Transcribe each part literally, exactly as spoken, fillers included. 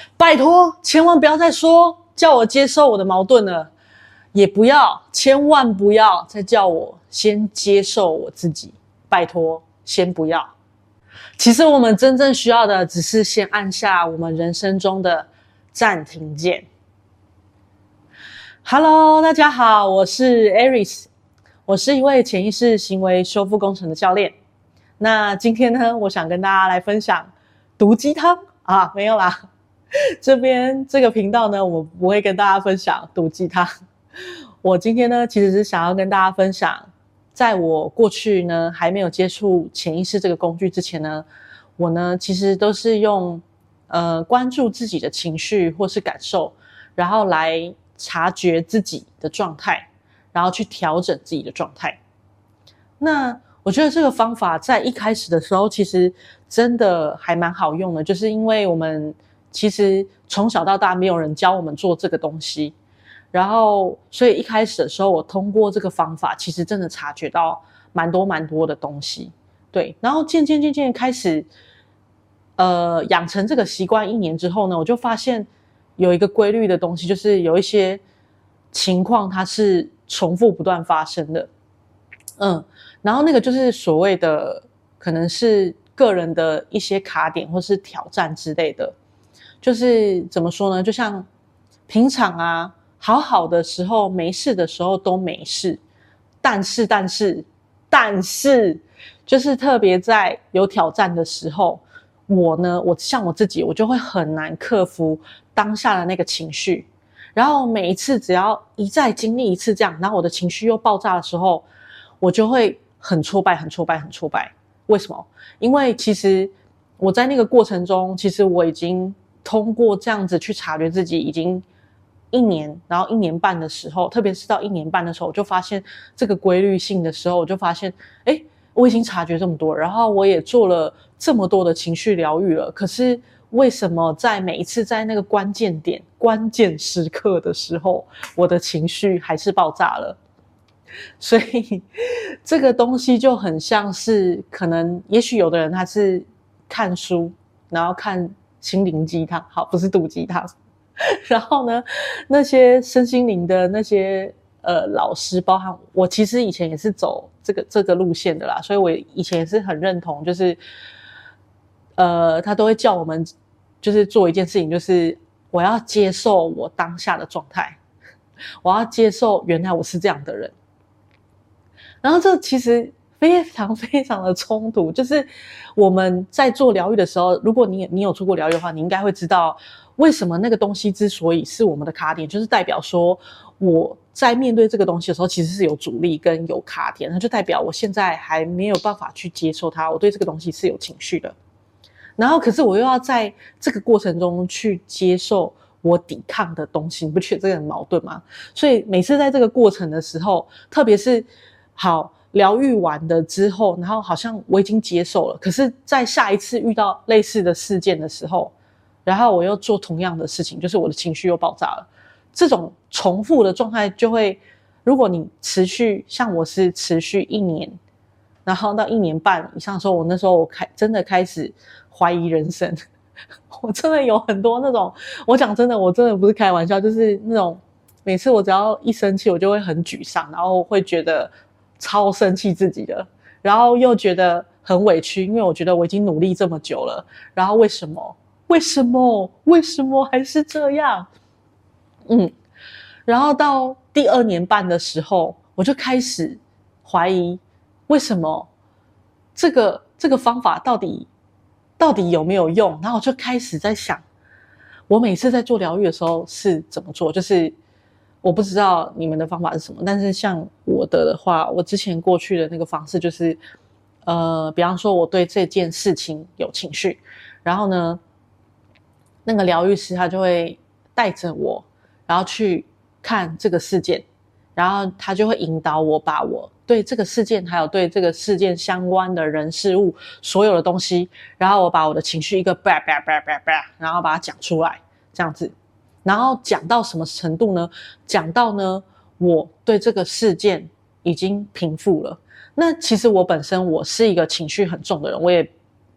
拜托，千万不要再说叫我接受我的矛盾了，也不要，千万不要再叫我先接受我自己，拜托，先不要。其实我们真正需要的，只是先按下我们人生中的暂停键。Hello， 大家好，我是 Aris， 我是一位潜意识行为修复工程的教练。那今天呢，我想跟大家来分享毒鸡汤啊，没有啦。这边这个频道呢，我不会跟大家分享毒鸡汤。我今天呢，其实是想要跟大家分享，在我过去呢还没有接触潜意识这个工具之前呢，我呢其实都是用呃关注自己的情绪或是感受，然后来察觉自己的状态，然后去调整自己的状态。那我觉得这个方法在一开始的时候，其实真的还蛮好用的，就是因为我们其实从小到大没有人教我们做这个东西，然后所以一开始的时候，我通过这个方法，其实真的察觉到蛮多蛮多的东西，对。然后渐渐渐渐开始，呃，养成这个习惯一年之后呢，我就发现有一个规律的东西，就是有一些情况它是重复不断发生的，嗯，然后那个就是所谓的可能是个人的一些卡点或是挑战之类的。就是怎么说呢，就像平常啊好好的时候没事的时候都没事，但是但是但是就是特别在有挑战的时候，我呢我像我自己我就会很难克服当下的那个情绪，然后每一次只要一再经历一次这样，然后我的情绪又爆炸的时候，我就会很挫败很挫败很挫败。为什么？因为其实我在那个过程中，其实我已经通过这样子去察觉自己已经一年，然后一年半的时候，特别是到一年半的时候，我就发现这个规律性的时候，我就发现，诶，我已经察觉这么多，然后我也做了这么多的情绪疗愈了，可是为什么在每一次在那个关键点、关键时刻的时候，我的情绪还是爆炸了？所以这个东西就很像是，可能也许有的人他是看书，然后看心灵鸡汤，好，不是毒鸡汤。然后呢，那些身心灵的那些呃老师，包含我，其实以前也是走这个这个路线的啦，所以我以前也是很认同，就是呃，他都会叫我们就是做一件事情，就是我要接受我当下的状态，我要接受原来我是这样的人。然后这其实非常非常的冲突，就是我们在做疗愈的时候，如果你你有做过疗愈的话，你应该会知道为什么那个东西之所以是我们的卡点，就是代表说我在面对这个东西的时候，其实是有阻力跟有卡点，那就代表我现在还没有办法去接受它，我对这个东西是有情绪的。然后可是我又要在这个过程中去接受我抵抗的东西，你不觉得这个很矛盾吗？所以每次在这个过程的时候，特别是好疗愈完的之后，然后好像我已经接受了，可是在下一次遇到类似的事件的时候，然后我又做同样的事情，就是我的情绪又爆炸了。这种重复的状态就会，如果你持续，像我是持续一年，然后到一年半以上的时候，我那时候我开真的开始怀疑人生。我真的有很多那种，我讲真的，我真的不是开玩笑，就是那种每次我只要一生气，我就会很沮丧，然后会觉得超生气自己的，然后又觉得很委屈，因为我觉得我已经努力这么久了，然后为什么为什么为什么还是这样？嗯，然后到第二年半的时候，我就开始怀疑为什么这个这个方法到底到底有没有用？然后我就开始在想，我每次在做疗愈的时候是怎么做，就是我不知道你们的方法是什么，但是像我的的话，我之前过去的那个方式就是，呃，比方说我对这件事情有情绪，然后呢，那个疗愈师他就会带着我，然后去看这个事件，然后他就会引导我把我对这个事件还有对这个事件相关的人事物所有的东西，然后我把我的情绪一个叭叭叭叭叭，然后把它讲出来，这样子。然后讲到什么程度呢？讲到呢，我对这个事件已经平复了。那其实我本身我是一个情绪很重的人，我也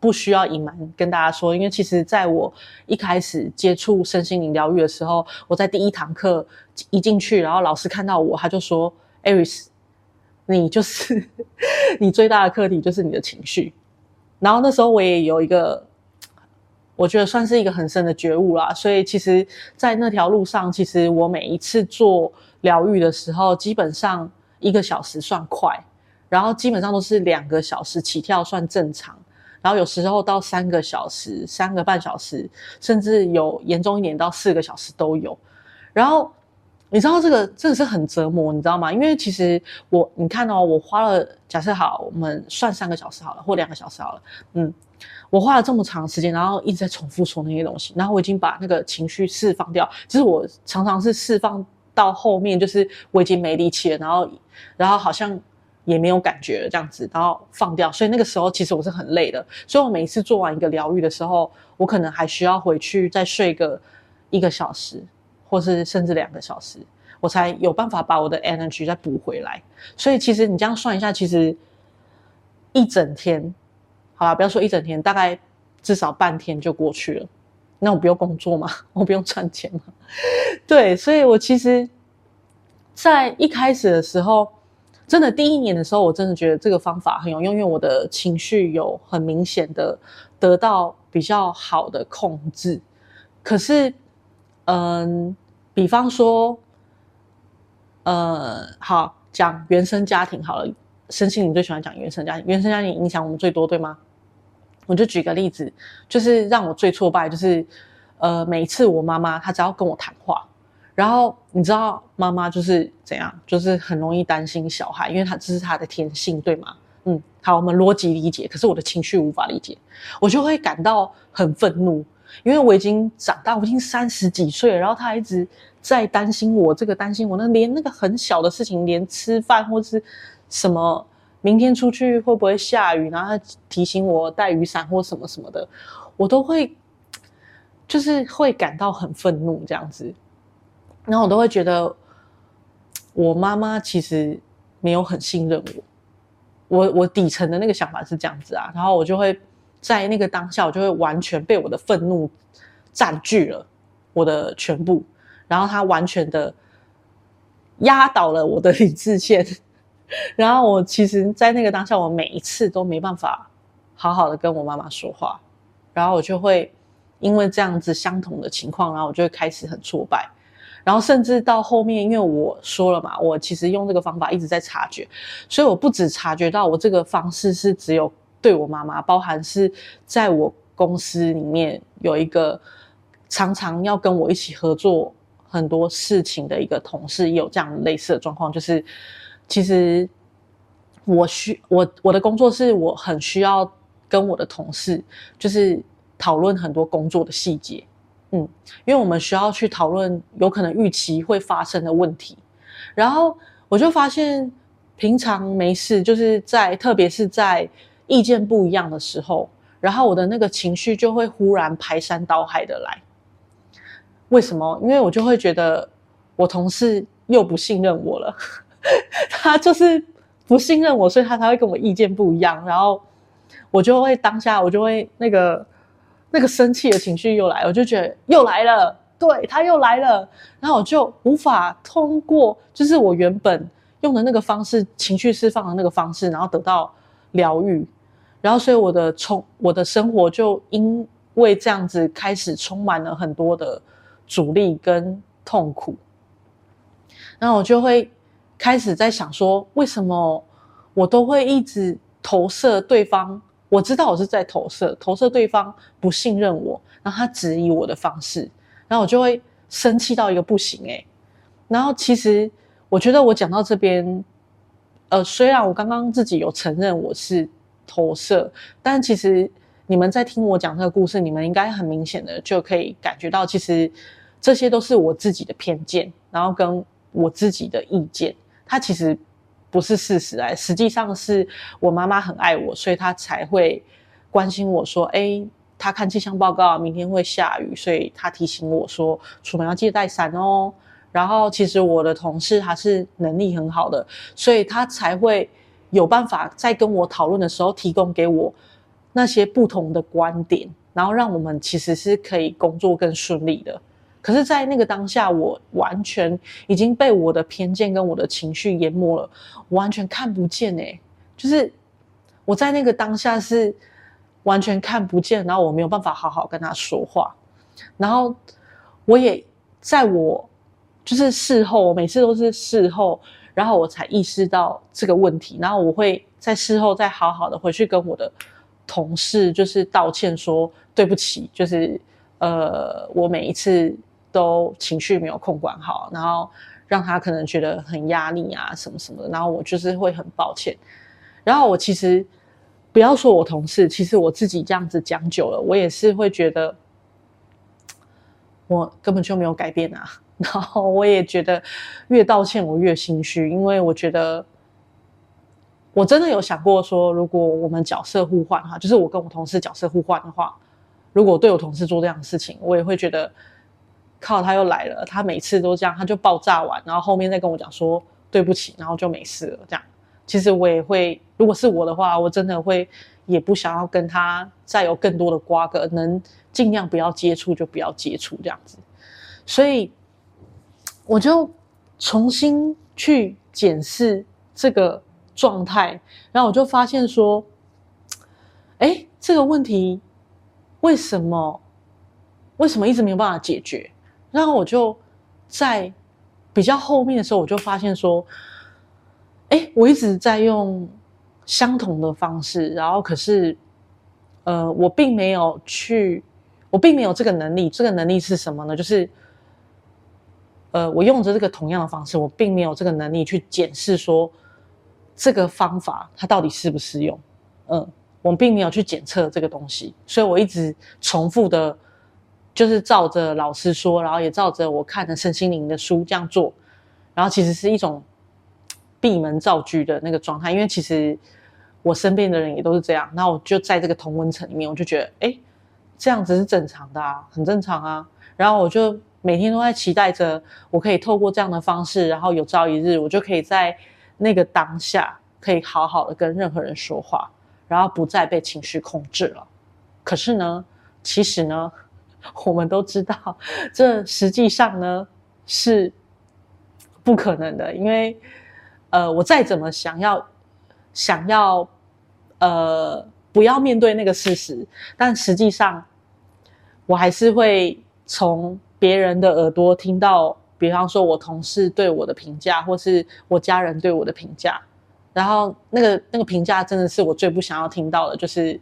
不需要隐瞒跟大家说，因为其实在我一开始接触身心灵疗愈的时候，我在第一堂课一进去，然后老师看到我，他就说 Aries 你就是你最大的课题就是你的情绪。然后那时候我也有一个我觉得算是一个很深的觉悟啦，所以其实在那条路上，其实我每一次做疗愈的时候，基本上一个小时算快，然后基本上都是两个小时起跳算正常，然后有时候到三个小时、三个半小时，甚至有严重一点到四个小时都有。然后你知道这个这个是很折磨，你知道吗？因为其实我你看哦，我花了假设好，我们算三个小时好了，或两个小时好了，嗯，我花了这么长时间，然后一直在重复说那些东西，然后我已经把那个情绪释放掉。其实我常常是释放到后面，就是我已经没力气了，然后然后好像也没有感觉了这样子，然后放掉。所以那个时候其实我是很累的，所以我每一次做完一个疗愈的时候，我可能还需要回去再睡个一个小时。或是甚至两个小时，我才有办法把我的 energy 再补回来。所以其实你这样算一下，其实一整天，好啦，不要说一整天，大概至少半天就过去了。那我不用工作吗？我不用赚钱吗？对，所以我其实在一开始的时候，真的第一年的时候，我真的觉得这个方法很有用，因为我的情绪有很明显的得到比较好的控制。可是嗯，比方说，呃，好，讲原生家庭好了，身心灵最喜欢讲原生家庭，原生家庭影响我们最多，对吗？我就举个例子，就是让我最挫败，就是呃，每一次我妈妈她只要跟我谈话，然后你知道妈妈就是怎样，就是很容易担心小孩，因为她这是她的天性，对吗？嗯，好，我们逻辑理解，可是我的情绪无法理解，我就会感到很愤怒。因为我已经长大，我已经三十几岁了，然后他还一直在担心我这个担心我那，连那个很小的事情，连吃饭或是什么明天出去会不会下雨，然后他提醒我带雨伞或什么什么的，我都会就是会感到很愤怒这样子。然后我都会觉得我妈妈其实没有很信任我，我我底层的那个想法是这样子啊，然后我就会在那个当下，我就会完全被我的愤怒占据了我的全部，然后它完全的压倒了我的理智线。然后我其实在那个当下，我每一次都没办法好好的跟我妈妈说话，然后我就会因为这样子相同的情况，然后我就会开始很挫败。然后甚至到后面，因为我说了嘛，我其实用这个方法一直在察觉，所以我不只察觉到我这个方式是只有对我妈妈，包含是在我公司里面有一个常常要跟我一起合作很多事情的一个同事，也有这样类似的状况，就是其实我需我我的工作是我很需要跟我的同事就是讨论很多工作的细节，嗯，因为我们需要去讨论有可能预期会发生的问题，然后我就发现平常没事，就是在特别是在意见不一样的时候，然后我的那个情绪就会忽然排山倒海的来。为什么？因为我就会觉得我同事又不信任我了，他就是不信任我，所以他才会跟我意见不一样，然后我就会当下我就会那个那个生气的情绪又来，我就觉得又来了，对，他又来了，然后我就无法通过就是我原本用的那个方式，情绪释放的那个方式，然后得到疗愈，然后所以我的充我的生活就因为这样子开始充满了很多的阻力跟痛苦，然后我就会开始在想说，为什么我都会一直投射对方，我知道我是在投射投射对方不信任我，然后他质疑我的方式，然后我就会生气到一个不行欸。然后其实我觉得我讲到这边，呃，虽然我刚刚自己有承认我是投射，但其实你们在听我讲这个故事，你们应该很明显的就可以感觉到，其实这些都是我自己的偏见，然后跟我自己的意见，它其实不是事实啊，实际上是我妈妈很爱我，所以她才会关心我说，诶，她看气象报告明天会下雨，所以她提醒我说出门要记得带伞哦。然后其实我的同事他是能力很好的，所以他才会有办法在跟我讨论的时候提供给我那些不同的观点，然后让我们其实是可以工作更顺利的。可是在那个当下，我完全已经被我的偏见跟我的情绪淹没了，我完全看不见欸，就是我在那个当下是完全看不见，然后我没有办法好好跟他说话，然后我也在我就是事后，我每次都是事后，然后我才意识到这个问题，然后我会在事后再好好的回去跟我的同事就是道歉说对不起，就是呃我每一次都情绪没有控管好，然后让他可能觉得很压力啊什么什么的，然后我就是会很抱歉。然后我其实不要说我同事，其实我自己这样子讲久了，我也是会觉得我根本就没有改变啊。然后我也觉得越道歉我越心虚，因为我觉得我真的有想过说，如果我们角色互换哈，就是我跟我同事角色互换的话，如果我对我同事做这样的事情，我也会觉得靠他又来了，他每次都这样，他就爆炸完，然后后面再跟我讲说对不起，然后就没事了这样。其实我也会，如果是我的话，我真的会也不想要跟他再有更多的瓜葛，能尽量不要接触就不要接触这样子。所以我就重新去检视这个状态，然后我就发现说，哎，这个问题为什么为什么一直没有办法解决？然后我就在比较后面的时候，我就发现说，哎，我一直在用相同的方式，然后可是，呃，我并没有去，我并没有这个能力。这个能力是什么呢？就是，呃，我用着这个同样的方式，我并没有这个能力去检视说这个方法它到底适不适用。嗯，我并没有去检测这个东西，所以我一直重复的，就是照着老师说，然后也照着我看的身心灵的书这样做，然后其实是一种闭门造车的那个状态，因为其实我身边的人也都是这样，那我就在这个同温层里面，我就觉得，哎，这样子是正常的啊，很正常啊。然后我就每天都在期待着，我可以透过这样的方式，然后有朝一日，我就可以在那个当下，可以好好的跟任何人说话，然后不再被情绪控制了。可是呢，其实呢，我们都知道，这实际上呢是不可能的，因为呃，我再怎么想要想要呃不要面对那个事实，但实际上我还是会从别人的耳朵听到，比方说我同事对我的评价，或是我家人对我的评价，然后那个那个评价真的是我最不想要听到的，就是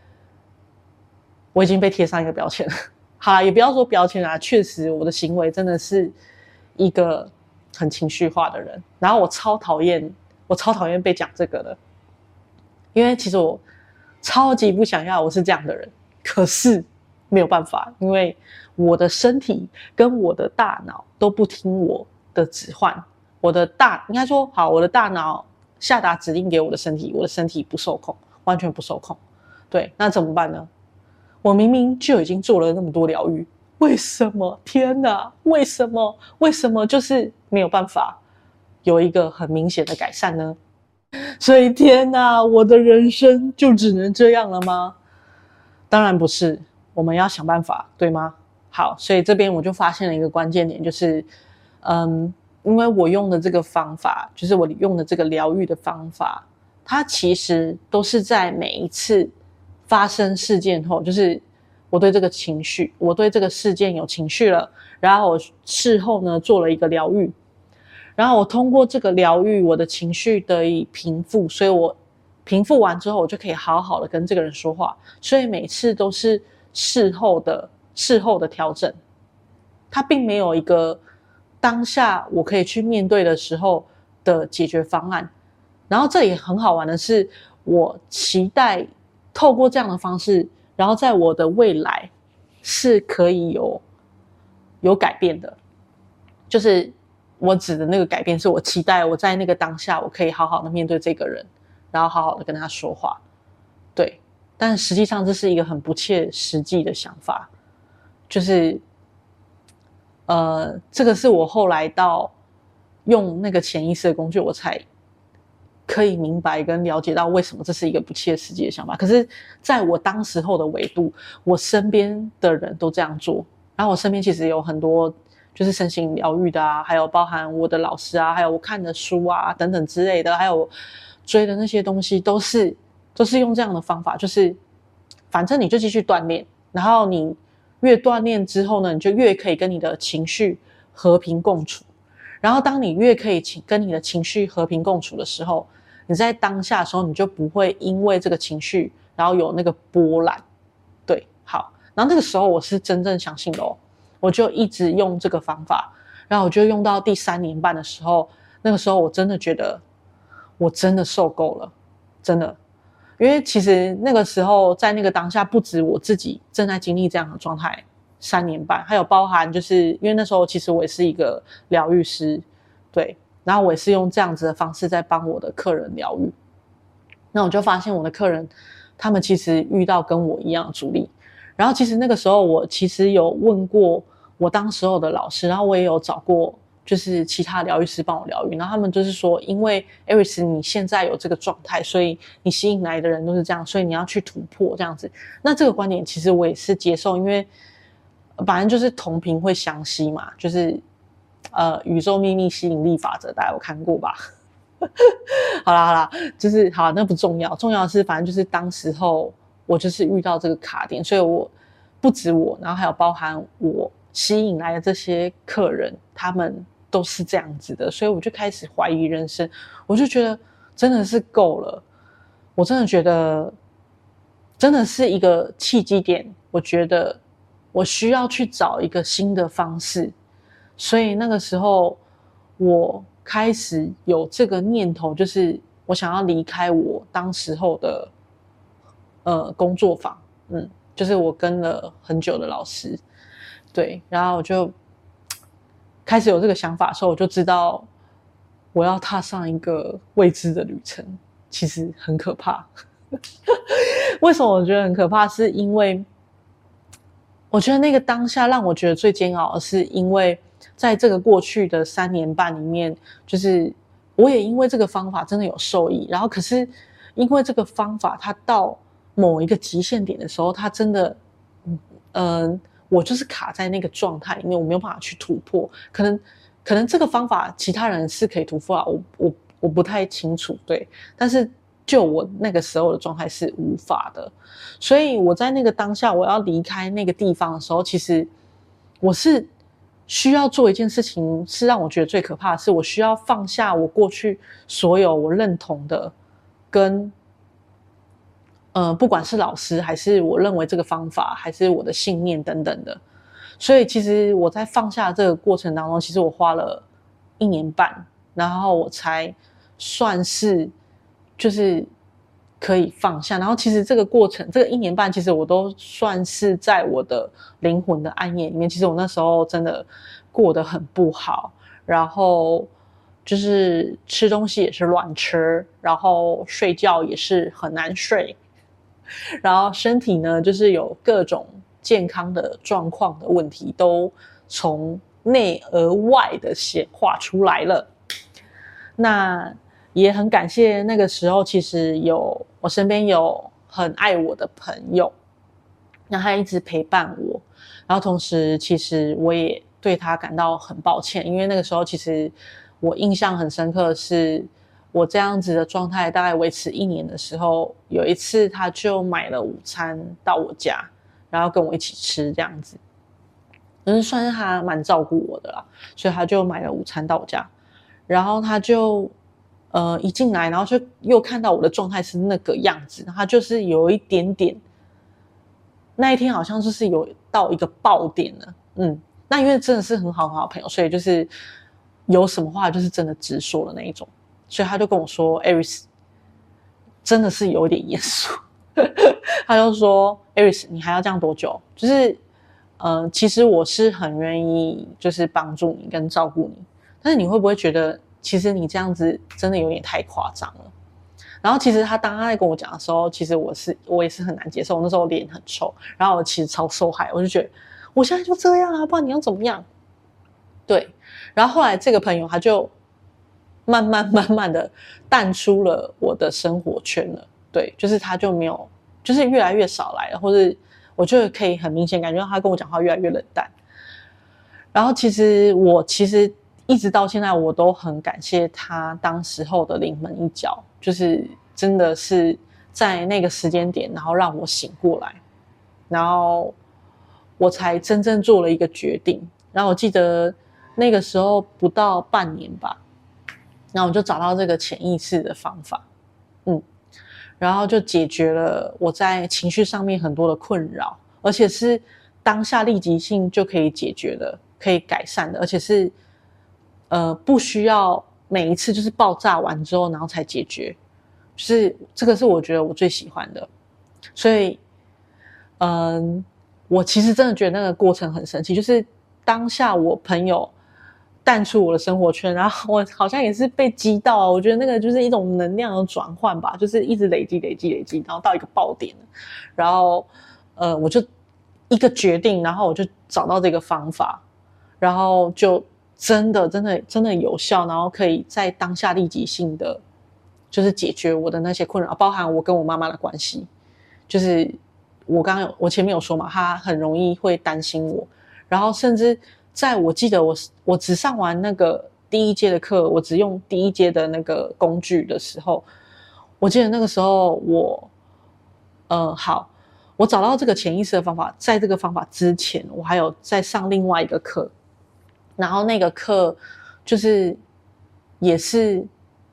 我已经被贴上一个标签了。好啦，也不要说标签啦，确实我的行为真的是一个很情绪化的人，然后我超讨厌，我超讨厌被讲这个的，因为其实我超级不想要我是这样的人，可是没有办法，因为我的身体跟我的大脑都不听我的指唤，我的大应该说好，我的大脑下达指令给我的身体，我的身体不受控，完全不受控。对，那怎么办呢？我明明就已经做了那么多疗愈，为什么？天哪，为什么？为什么就是没有办法有一个很明显的改善呢？所以天哪，我的人生就只能这样了吗？当然不是，我们要想办法，对吗？好，所以这边我就发现了一个关键点，就是嗯，因为我用的这个方法，就是我用的这个疗愈的方法，它其实都是在每一次发生事件后，就是我对这个情绪，我对这个事件有情绪了，然后我事后呢做了一个疗愈，然后我通过这个疗愈，我的情绪得以平复，所以我平复完之后，我就可以好好的跟这个人说话。所以每次都是事后的事后的调整，它并没有一个当下我可以去面对的时候的解决方案。然后这也很好玩的是，我期待透过这样的方式，然后在我的未来是可以有有改变的。就是我指的那个改变，是我期待我在那个当下，我可以好好的面对这个人，然后好好的跟他说话。对，但实际上这是一个很不切实际的想法，就是呃，这个是我后来到用那个潜意识的工具，我才可以明白跟了解到为什么这是一个不切实际的想法。可是在我当时候的维度，我身边的人都这样做，然后我身边其实有很多就是身心疗愈的啊，还有包含我的老师啊，还有我看的书啊等等之类的，还有追的那些东西，都是都是用这样的方法，就是反正你就继续锻炼，然后你越锻炼之后呢，你就越可以跟你的情绪和平共处。然后当你越可以跟你的情绪和平共处的时候，你在当下的时候，你就不会因为这个情绪然后有那个波澜。对，好，然后那个时候我是真正相信的哦，我就一直用这个方法，然后我就用到第三年半的时候，那个时候我真的觉得我真的受够了，真的。因为其实那个时候在那个当下，不止我自己正在经历这样的状态三年半，还有包含就是因为那时候其实我也是一个疗愈师，对，然后我也是用这样子的方式在帮我的客人疗愈。那我就发现我的客人他们其实遇到跟我一样的阻力，然后其实那个时候我其实有问过我当时候的老师，然后我也有找过就是其他疗愈师帮我疗愈，然后他们就是说，因为 Aries 你现在有这个状态，所以你吸引来的人都是这样，所以你要去突破这样子。那这个观点其实我也是接受，因为反正就是同频会相吸嘛，就是呃宇宙秘密吸引力法则，大家有看过吧？好啦好啦，就是好，那不重要，重要的是反正就是当时候我就是遇到这个卡点，所以我不止我，然后还有包含我吸引来的这些客人，他们都是这样子的，所以我就开始怀疑人生，我就觉得真的是够了，我真的觉得真的是一个契机点，我觉得我需要去找一个新的方式，所以那个时候我开始有这个念头，就是我想要离开我当时候的呃工作坊，嗯，就是我跟了很久的老师，对，然后我就开始有这个想法的时候，我就知道我要踏上一个未知的旅程，其实很可怕。为什么我觉得很可怕？是因为我觉得那个当下让我觉得最煎熬的是，因为在这个过去的三年半里面，就是我也因为这个方法真的有受益，然后可是因为这个方法它到某一个极限点的时候，它真的嗯、呃、我就是卡在那个状态里面，我没有办法去突破。可能可能这个方法其他人是可以突破啊，我我我不太清楚，对，但是就我那个时候的状态是无法的，所以我在那个当下我要离开那个地方的时候，其实我是需要做一件事情，是让我觉得最可怕的是，我需要放下我过去所有我认同的跟呃，不管是老师还是我认为这个方法，还是我的信念等等的。所以其实我在放下这个过程当中，其实我花了一年半，然后我才算是就是可以放下。然后其实这个过程，这个一年半，其实我都算是在我的灵魂的暗夜里面。其实我那时候真的过得很不好，然后就是吃东西也是乱吃，然后睡觉也是很难睡，然后身体呢就是有各种健康的状况的问题都从内而外的显化出来了。那也很感谢那个时候其实有我身边有很爱我的朋友，那他一直陪伴我，然后同时其实我也对他感到很抱歉，因为那个时候其实我印象很深刻的是我这样子的状态大概维持一年的时候，有一次他就买了午餐到我家，然后跟我一起吃这样子，就是算是他蛮照顾我的啦，所以他就买了午餐到我家，然后他就呃一进来，然后就又看到我的状态是那个样子，他就是有一点点，那一天好像就是有到一个爆点了，嗯，那因为真的是很好很好的朋友，所以就是有什么话就是真的直说的那一种，所以他就跟我说 Aries 真的是有点严肃他就说 Aries 你还要这样多久，就是呃，其实我是很愿意就是帮助你跟照顾你，但是你会不会觉得其实你这样子真的有点太夸张了。然后其实他当他在跟我讲的时候，其实我是我也是很难接受，那时候脸很臭，然后我其实超受害，我就觉得我现在就这样啊，不然你要怎么样。对，然后后来这个朋友他就慢慢慢慢的淡出了我的生活圈了。对，就是他就没有，就是越来越少来了，或者我就可以很明显感觉到他跟我讲话越来越冷淡。然后其实我其实一直到现在我都很感谢他当时候的临门一脚，就是真的是在那个时间点，然后让我醒过来，然后我才真正做了一个决定。然后我记得那个时候不到半年吧，然后我就找到这个潜意识的方法，嗯，然后就解决了我在情绪上面很多的困扰，而且是当下立即性就可以解决的，可以改善的，而且是呃不需要每一次就是爆炸完之后然后才解决，就是这个是我觉得我最喜欢的。所以嗯，我其实真的觉得那个过程很神奇，就是当下我朋友淡出我的生活圈，然后我好像也是被激到啊，我觉得那个就是一种能量的转换吧，就是一直累积累积累积，然后到一个爆点，然后呃我就一个决定，然后我就找到这个方法，然后就真的真的真的有效，然后可以在当下立即性的就是解决我的那些困扰，包含我跟我妈妈的关系，就是我刚刚有我前面有说嘛，她很容易会担心我，然后甚至在我记得我我只上完那个第一阶的课，我只用第一阶的那个工具的时候，我记得那个时候我呃好，我找到这个潜意识的方法，在这个方法之前，我还有在上另外一个课，然后那个课就是也是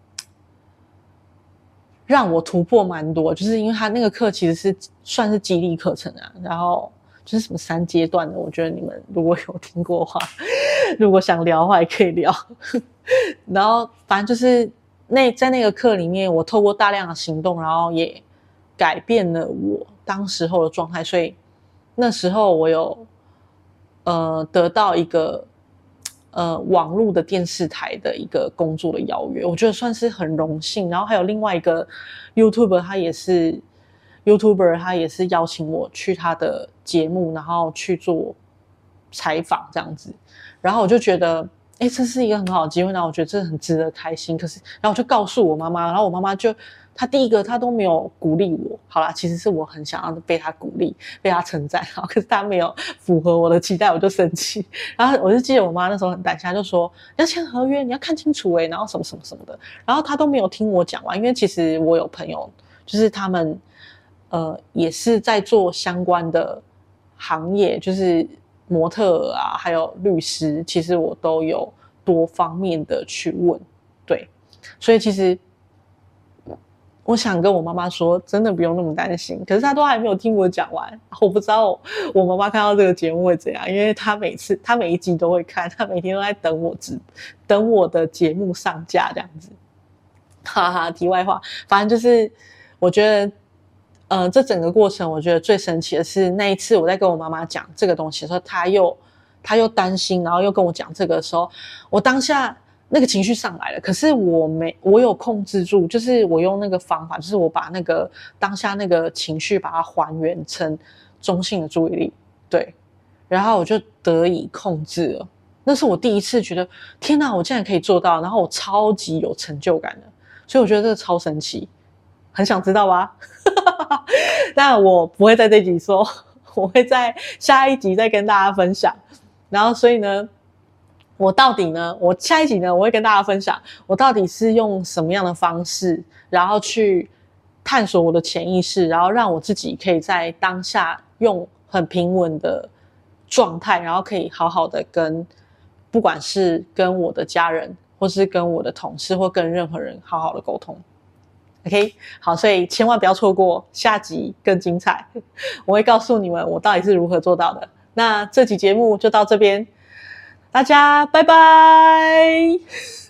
让我突破蛮多，就是因为他那个课其实是算是激励课程啊，然后就是什么三阶段的，我觉得你们如果有听过的话，如果想聊的话也可以聊。然后反正就是那在那个课里面，我透过大量的行动，然后也改变了我当时候的状态，所以那时候我有呃得到一个呃网络的电视台的一个工作的邀约，我觉得算是很荣幸。然后还有另外一个 YouTuber， 他也是 YouTuber， 他也是邀请我去他的节目，然后去做采访这样子。然后我就觉得，哎，这是一个很好的机会，然后我觉得这很值得开心。可是，然后我就告诉我妈妈，然后我妈妈就，她第一个她都没有鼓励我。好啦，其实是我很想要被她鼓励，被她称赞，然后可是她没有符合我的期待，我就生气。然后我就记得我妈那时候很担心，她就说你要签合约，你要看清楚哎、欸，然后什么什么什么的。然后她都没有听我讲完，因为其实我有朋友，就是他们呃也是在做相关的行业，就是模特啊，还有律师，其实我都有多方面的去问，对，所以其实我想跟我妈妈说，真的不用那么担心。可是她都还没有听我讲完，我不知道我妈妈看到这个节目会怎样，因为她每次她每一集都会看，她每天都在等我直等我的节目上架这样子。哈哈，题外话，反正就是我觉得。呃，这整个过程我觉得最神奇的是那一次我在跟我妈妈讲这个东西的时候，她又她又担心，然后又跟我讲这个的时候，我当下那个情绪上来了，可是我没我有控制住，就是我用那个方法，就是我把那个当下那个情绪把它还原成中性的注意力，对，然后我就得以控制了。那是我第一次觉得天哪，我竟然可以做到，然后我超级有成就感的，所以我觉得这个超神奇。很想知道吧？但我不会在这集说，我会在下一集再跟大家分享。然后，所以呢，我到底呢，我下一集呢，我会跟大家分享，我到底是用什么样的方式，然后去探索我的潜意识，然后让我自己可以在当下用很平稳的状态，然后可以好好的跟，不管是跟我的家人，或是跟我的同事，或跟任何人好好的沟通。OK， 好，所以千万不要错过下集更精彩，我会告诉你们我到底是如何做到的。那这集节目就到这边，大家拜拜。